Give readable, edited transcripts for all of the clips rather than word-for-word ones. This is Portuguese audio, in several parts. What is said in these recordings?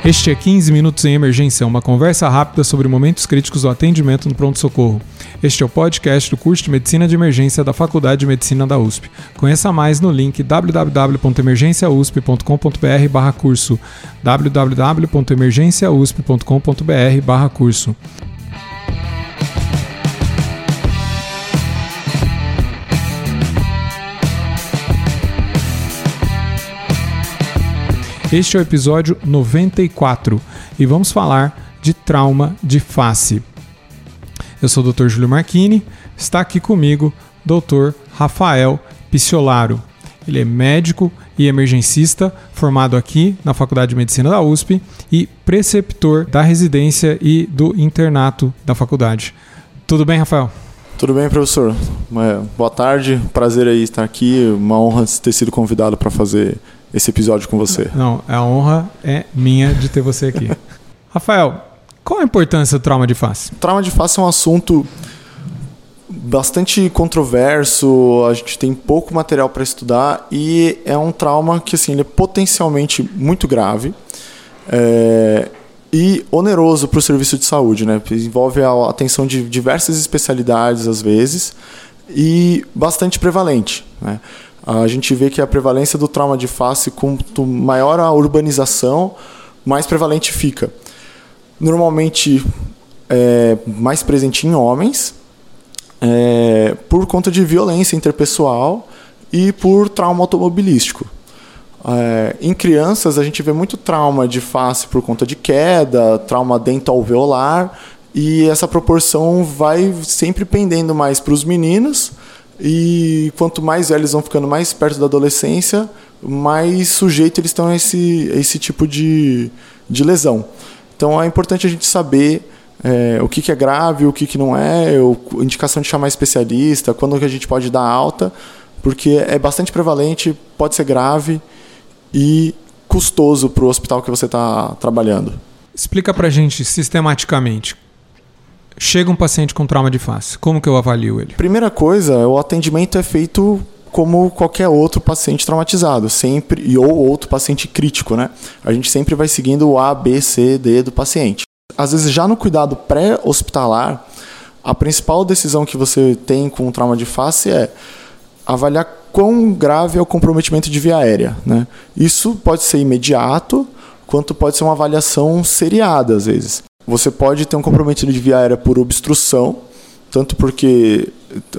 Este é 15 Minutos em Emergência, uma conversa rápida sobre momentos críticos do atendimento no pronto-socorro. Este é o podcast do curso de Medicina de Emergência da Faculdade de Medicina da USP. Conheça mais no link www.emergenciausp.com.br/curso www.emergenciausp.com.br/curso. Este é o episódio 94 e vamos falar de trauma de face. Eu sou o Dr. Júlio Marchini, está aqui comigo o Dr. Rafael Picciolaro. Ele é médico e emergencista, formado aqui na Faculdade de Medicina da USP e preceptor da residência e do internato da faculdade. Tudo bem, Rafael? Tudo bem, professor. Boa tarde, prazer aí estar aqui, uma honra ter sido convidado para fazer esse episódio com você. Não, a honra é minha de ter você aqui. Rafael, qual a importância do trauma de face? O trauma de face é um assunto bastante controverso, a gente tem pouco material para estudar e é um trauma que assim, ele é potencialmente muito grave e oneroso para o serviço de saúde, né? Envolve a atenção de diversas especialidades às vezes e bastante prevalente, né? A gente vê que a prevalência do trauma de face, quanto maior a urbanização, mais prevalente fica. Normalmente é mais presente em homens, por conta de violência interpessoal e por trauma automobilístico. Em crianças, a gente vê muito trauma de face por conta de queda, trauma dentoalveolar, e essa proporção vai sempre pendendo mais para os meninos. E quanto mais velhos vão ficando mais perto da adolescência, mais sujeito eles estão a esse tipo de lesão. Então é importante a gente saber o que é grave, o que não é, a indicação de chamar especialista, quando que a gente pode dar alta, porque é bastante prevalente, pode ser grave e custoso para o hospital que você está trabalhando. Explica para a gente sistematicamente. Chega um paciente com trauma de face, como que eu avalio ele? Primeira coisa, o atendimento é feito como qualquer outro paciente traumatizado, sempre, ou outro paciente crítico, né? A gente sempre vai seguindo o A, B, C, D do paciente. Às vezes, já no cuidado pré-hospitalar, a principal decisão que você tem com o trauma de face é avaliar quão grave é o comprometimento de via aérea, né? Isso pode ser imediato, quanto pode ser uma avaliação seriada, às vezes. Você pode ter um comprometimento de via aérea por obstrução, tanto porque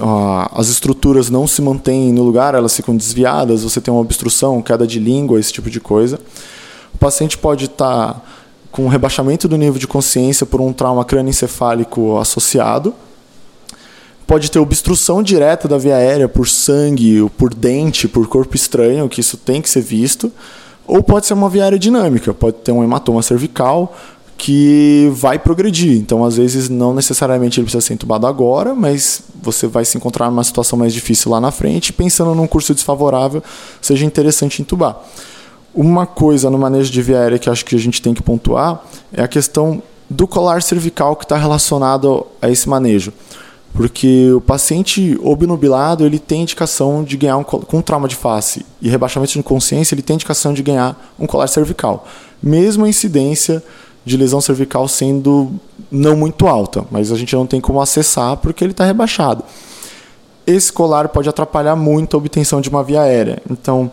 as estruturas não se mantêm no lugar, elas ficam desviadas, você tem uma obstrução, queda de língua, esse tipo de coisa. O paciente pode estar com um rebaixamento do nível de consciência por um trauma crânioencefálico associado. Pode ter obstrução direta da via aérea por sangue, por dente, por corpo estranho, que isso tem que ser visto. Ou pode ser uma via aérea dinâmica, pode ter um hematoma cervical, que vai progredir. Então, às vezes, não necessariamente ele precisa ser entubado agora, mas você vai se encontrar numa situação mais difícil lá na frente, pensando num curso desfavorável, seja interessante entubar. Uma coisa no manejo de via aérea que acho que a gente tem que pontuar é a questão do colar cervical que está relacionado a esse manejo. Porque o paciente obnubilado, ele tem indicação de ganhar, com trauma de face e rebaixamento de consciência, ele tem indicação de ganhar um colar cervical. Mesmo a incidência de lesão cervical sendo não muito alta, mas a gente não tem como acessar porque ele está rebaixado. Esse colar pode atrapalhar muito a obtenção de uma via aérea. Então,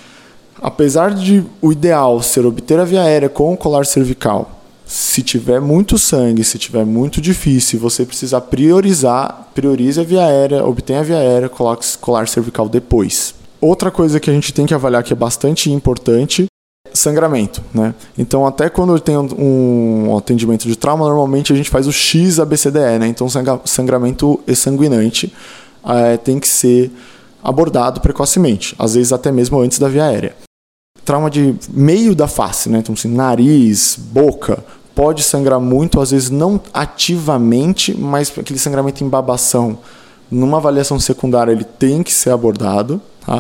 apesar de o ideal ser obter a via aérea com o colar cervical, se tiver muito sangue, se tiver muito difícil, você precisar priorizar, priorize a via aérea, obtenha a via aérea, coloque colar cervical depois. Outra coisa que a gente tem que avaliar que é bastante importante, sangramento, né? Então, até quando eu tenho um atendimento de trauma, normalmente a gente faz o X-ABCDE, né? Então, sangramento exsanguinante tem que ser abordado precocemente, às vezes até mesmo antes da via aérea. Trauma de meio da face, né? Então, assim, nariz, boca, pode sangrar muito, às vezes não ativamente, mas aquele sangramento em babação, numa avaliação secundária, ele tem que ser abordado, tá?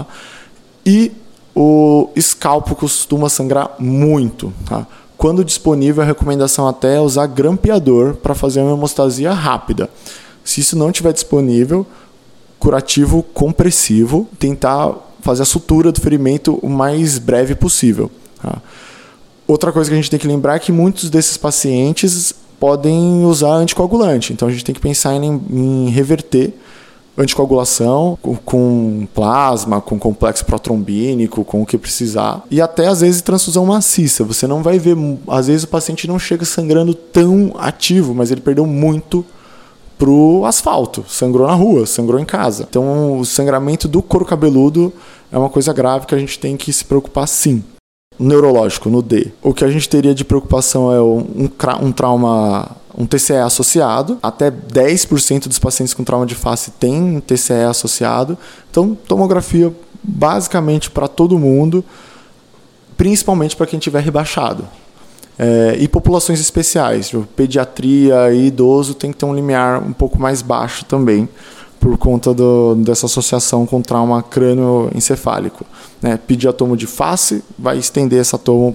E o escalpo costuma sangrar muito, tá? Quando disponível, a recomendação até é usar grampeador para fazer uma hemostasia rápida. Se isso não estiver disponível, curativo compressivo, tentar fazer a sutura do ferimento o mais breve possível. Tá? Outra coisa que a gente tem que lembrar é que muitos desses pacientes podem usar anticoagulante. Então a gente tem que pensar em reverter anticoagulação com plasma, com complexo protrombínico, com o que precisar. E até às vezes transfusão maciça. Você não vai ver, às vezes o paciente não chega sangrando tão ativo, mas ele perdeu muito pro asfalto, sangrou na rua, sangrou em casa. Então o sangramento do couro cabeludo é uma coisa grave que a gente tem que se preocupar sim. Neurológico, no D. O que a gente teria de preocupação é um trauma, um TCE associado. Até 10% dos pacientes com trauma de face têm um TCE associado. Então, tomografia basicamente para todo mundo, principalmente para quem tiver rebaixado. E populações especiais, pediatria e idoso tem que ter um limiar um pouco mais baixo também, por conta dessa associação com trauma crânioencefálico. Pedir atomo de face, vai estender esse atomo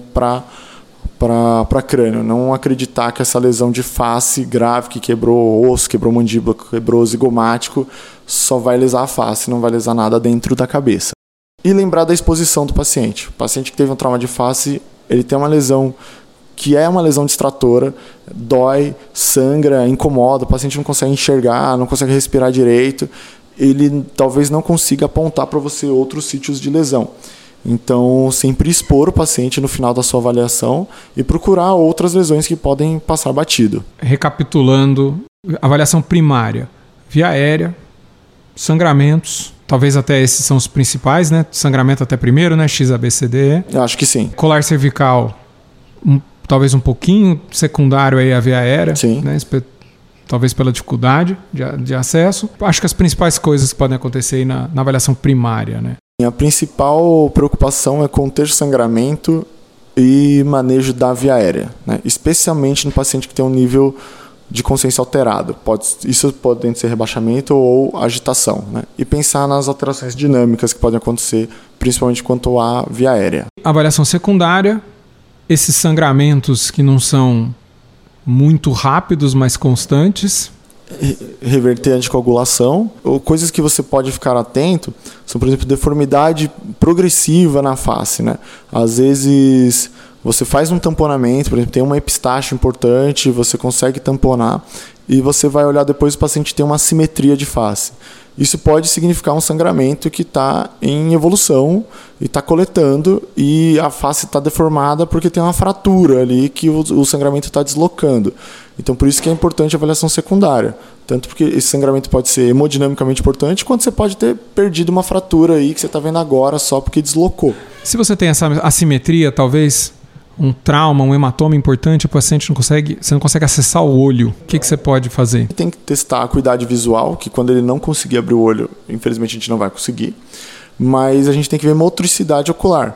para crânio. Não acreditar que essa lesão de face grave, que quebrou osso, quebrou mandíbula, quebrou zigomático, só vai lesar a face, não vai lesar nada dentro da cabeça. E lembrar da exposição do paciente. O paciente que teve um trauma de face, ele tem uma lesão que é uma lesão distratora, dói, sangra, incomoda, o paciente não consegue enxergar, não consegue respirar direito, ele talvez não consiga apontar para você outros sítios de lesão. Então, sempre expor o paciente no final da sua avaliação e procurar outras lesões que podem passar batido. Recapitulando, avaliação primária, via aérea, sangramentos, talvez até esses são os principais, né? Sangramento até primeiro, né? XABCDE. Eu acho que sim. Colar cervical, talvez um pouquinho secundário aí a via aérea, né? Talvez pela dificuldade de acesso. Acho que as principais coisas que podem acontecer aí na avaliação primária, né? A principal preocupação é conter sangramento e manejo da via aérea, né? Especialmente no paciente que tem um nível de consciência alterado. Isso pode ser rebaixamento ou agitação, né? E pensar nas alterações dinâmicas que podem acontecer, principalmente quanto à via aérea. Avaliação secundária. Esses sangramentos que não são muito rápidos, mas constantes. Reverter a anticoagulação. Coisas que você pode ficar atento são, por exemplo, deformidade progressiva na face, né? Às vezes você faz um tamponamento, por exemplo, tem uma epistaxe importante, você consegue tamponar e você vai olhar depois o paciente tem uma assimetria de face. Isso pode significar um sangramento que está em evolução e está coletando e a face está deformada porque tem uma fratura ali que o sangramento está deslocando. Então, por isso que é importante a avaliação secundária. Tanto porque esse sangramento pode ser hemodinamicamente importante, quanto você pode ter perdido uma fratura aí que você está vendo agora só porque deslocou. Se você tem essa assimetria, talvez um trauma, um hematoma importante, o paciente você não consegue acessar o olho. O que você pode fazer? Tem que testar a acuidade visual, que quando ele não conseguir abrir o olho, infelizmente a gente não vai conseguir. Mas a gente tem que ver motricidade ocular.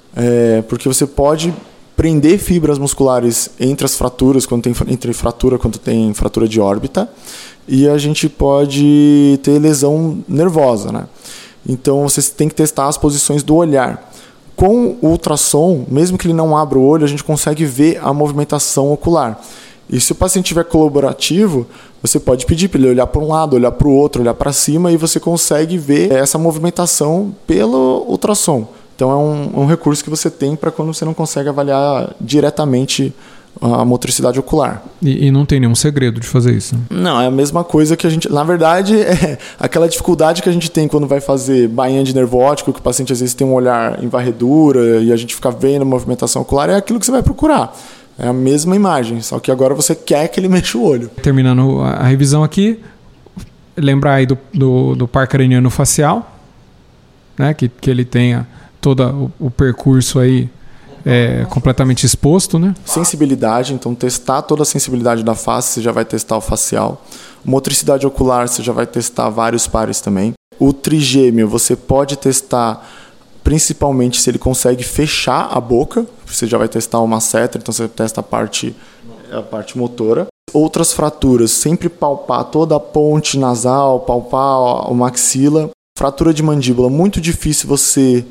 Porque você pode prender fibras musculares entre as fraturas, quando tem fratura de órbita, e a gente pode ter lesão nervosa, né? Então você tem que testar as posições do olhar. Com o ultrassom, mesmo que ele não abra o olho, a gente consegue ver a movimentação ocular. E se o paciente estiver colaborativo, você pode pedir para ele olhar para um lado, olhar para o outro, olhar para cima, e você consegue ver essa movimentação pelo ultrassom. Então é um recurso que você tem para quando você não consegue avaliar diretamente a motricidade ocular. E não tem nenhum segredo de fazer isso? Não, é a mesma coisa que a gente... Na verdade, é aquela dificuldade que a gente tem quando vai fazer bainha de nervo óptico, que o paciente às vezes tem um olhar em varredura e a gente fica vendo a movimentação ocular, é aquilo que você vai procurar. É a mesma imagem, só que agora você quer que ele mexa o olho. Terminando a revisão aqui, lembrar aí do par craniano facial, né? Que ele tenha todo o percurso aí completamente exposto, né? Sensibilidade, então testar toda a sensibilidade da face, você já vai testar o facial. Motricidade ocular, você já vai testar vários pares também. O trigêmeo, você pode testar principalmente se ele consegue fechar a boca, você já vai testar o masseter, então você testa a parte motora. Outras fraturas, sempre palpar toda a ponte nasal, palpar o maxila. Fratura de mandíbula, muito difícil você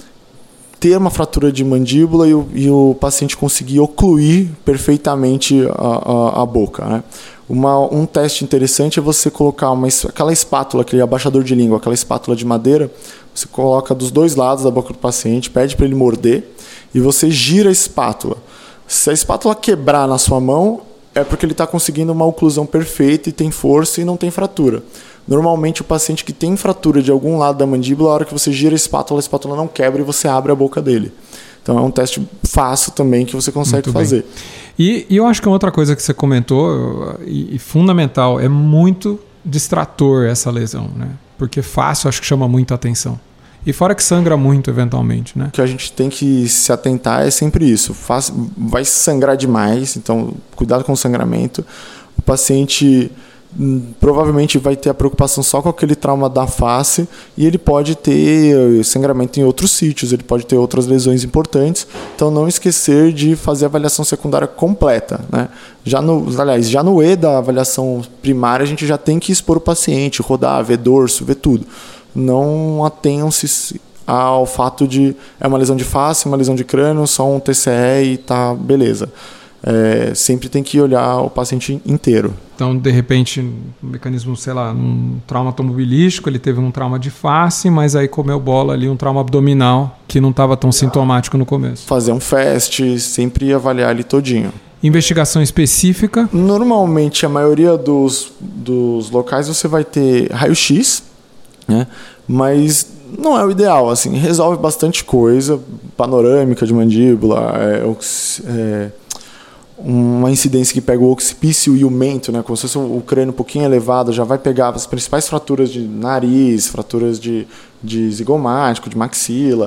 ter uma fratura de mandíbula e o paciente conseguir ocluir perfeitamente a boca, né? Um teste interessante é você colocar aquela espátula, aquele abaixador de língua, aquela espátula de madeira, você coloca dos dois lados da boca do paciente, pede para ele morder e você gira a espátula. Se a espátula quebrar na sua mão, é porque ele está conseguindo uma oclusão perfeita e tem força e não tem fratura. Normalmente o paciente que tem fratura de algum lado da mandíbula, a hora que você gira a espátula não quebra e você abre a boca dele. Então é um teste fácil também que você consegue fazer. E eu acho que outra coisa que você comentou, e fundamental, é muito distrator essa lesão, né? Porque fácil acho que chama muito a atenção. E fora que sangra muito eventualmente, né? O que a gente tem que se atentar é sempre isso. Vai sangrar demais, então cuidado com o sangramento. O paciente provavelmente vai ter a preocupação só com aquele trauma da face e ele pode ter sangramento em outros sítios, ele pode ter outras lesões importantes. Então não esquecer de fazer a avaliação secundária completa, né? Já no E da avaliação primária a gente já tem que expor o paciente, rodar, ver dorso, ver tudo. Não atenham-se ao fato de é uma lesão de face, uma lesão de crânio, só um TCE e tá beleza. Sempre tem que olhar o paciente inteiro. Então, de repente, um mecanismo, sei lá, um trauma automobilístico, ele teve um trauma de face, mas aí comeu bola ali, um trauma abdominal que não estava tão sintomático no começo. Fazer um FAST, sempre avaliar ele todinho. Investigação específica? Normalmente, a maioria dos locais você vai ter raio-x, né? Mas não é o ideal, assim, resolve bastante coisa, panorâmica de mandíbula, uma incidência que pega o occipício e o mento, né, como se fosse o crânio um pouquinho elevado, já vai pegar as principais fraturas de nariz, fraturas de zigomático, de maxila,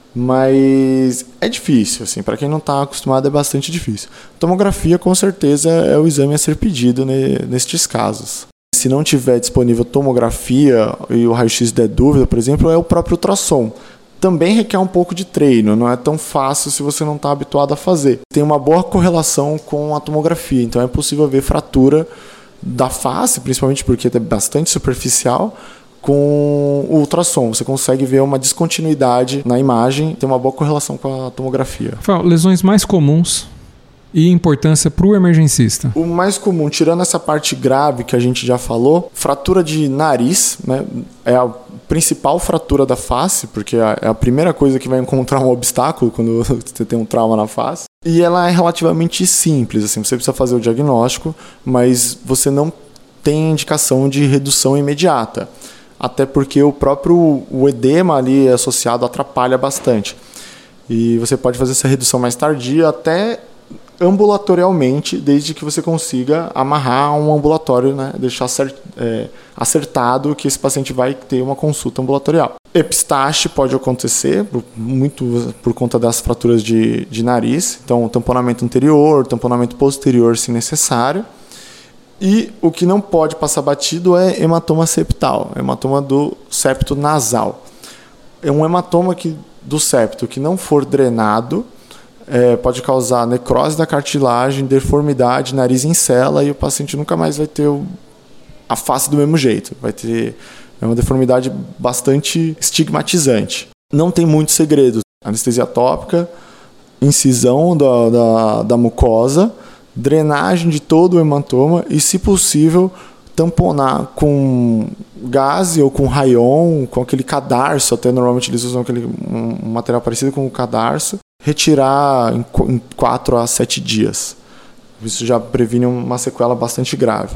mas é difícil, assim, para quem não está acostumado é bastante difícil. Tomografia, com certeza, é o exame a ser pedido nestes casos. Se não tiver disponível tomografia e o raio-x der dúvida, por exemplo, é o próprio ultrassom. Também requer um pouco de treino, não é tão fácil se você não está habituado a fazer. Tem uma boa correlação com a tomografia, então é possível ver fratura da face, principalmente porque é bastante superficial, com o ultrassom. Você consegue ver uma descontinuidade na imagem, tem uma boa correlação com a tomografia. Lesões mais comuns e importância para o emergencista? O mais comum, tirando essa parte grave que a gente já falou, fratura de nariz, né, é a principal fratura da face, porque é a primeira coisa que vai encontrar um obstáculo quando você tem um trauma na face. E ela é relativamente simples, assim, você precisa fazer o diagnóstico, mas você não tem indicação de redução imediata, até porque o edema ali associado atrapalha bastante. E você pode fazer essa redução mais tardia até ambulatorialmente, desde que você consiga amarrar um ambulatório, né? Deixar acertado que esse paciente vai ter uma consulta ambulatorial. Epistaxe pode acontecer, muito por conta das fraturas de nariz, então tamponamento anterior, tamponamento posterior se necessário. E o que não pode passar batido é hematoma septal, hematoma do septo nasal. É um hematoma do septo que não for drenado, pode causar necrose da cartilagem, deformidade, nariz em cela, e o paciente nunca mais vai ter a face do mesmo jeito. Vai ter uma deformidade bastante estigmatizante. Não tem muito segredo. Anestesia tópica, incisão da mucosa, drenagem de todo o hematoma e, se possível, tamponar com gaze ou com rayon, com aquele cadarço. Até normalmente eles usam um material parecido com o cadarço. Retirar em 4 a 7 dias. Isso já previne uma sequela bastante grave.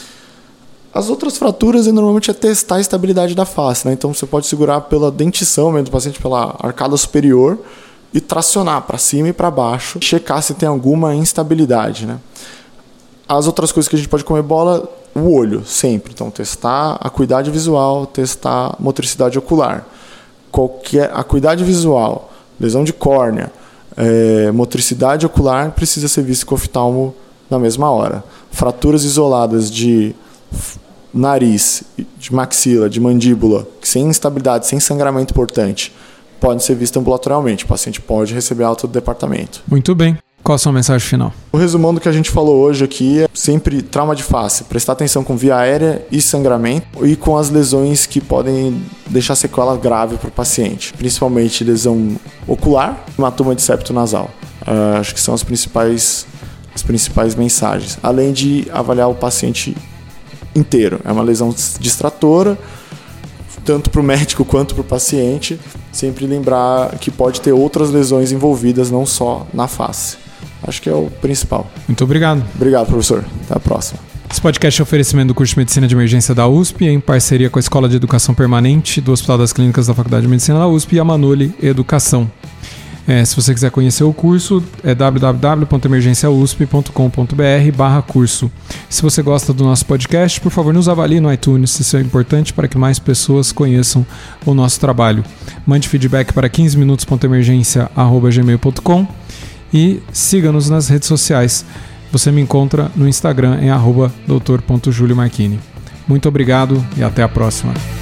As outras fraturas normalmente é testar a estabilidade da face, né? Então você pode segurar pela dentição mesmo do paciente, pela arcada superior, e tracionar para cima e para baixo, checar se tem alguma instabilidade, né? As outras coisas que a gente pode comer bola, o olho, sempre. Então testar a acuidade visual, testar a motricidade ocular. A acuidade visual, lesão de córnea, motricidade ocular, precisa ser visto com oftalmo na mesma hora. Fraturas isoladas de nariz, de maxila, de mandíbula, sem instabilidade, sem sangramento importante, podem ser vistas ambulatorialmente. O paciente pode receber alta do departamento. Muito bem. Qual a sua mensagem final? O resumão do que a gente falou hoje aqui é sempre trauma de face, prestar atenção com via aérea e sangramento e com as lesões que podem deixar sequela grave para o paciente, principalmente lesão ocular e hematoma de septo nasal. Acho que são as principais mensagens, além de avaliar o paciente inteiro. É uma lesão distratora, tanto para o médico quanto para o paciente. Sempre lembrar que pode ter outras lesões envolvidas, não só na face. Acho que é o principal. Muito obrigado. Obrigado, professor. Até a próxima. Esse podcast é um oferecimento do curso de Medicina de Emergência da USP, em parceria com a Escola de Educação Permanente do Hospital das Clínicas da Faculdade de Medicina da USP e a Manuli Educação. Se você quiser conhecer o curso, é www.emergenciausp.com.br/curso. Se você gosta do nosso podcast, por favor, nos avalie no iTunes. Isso é importante para que mais pessoas conheçam o nosso trabalho. Mande feedback para 15minutos.emergencia@gmail.com e siga-nos nas redes sociais. Você me encontra no Instagram em @doutor.juliomarchini. Muito obrigado e até a próxima.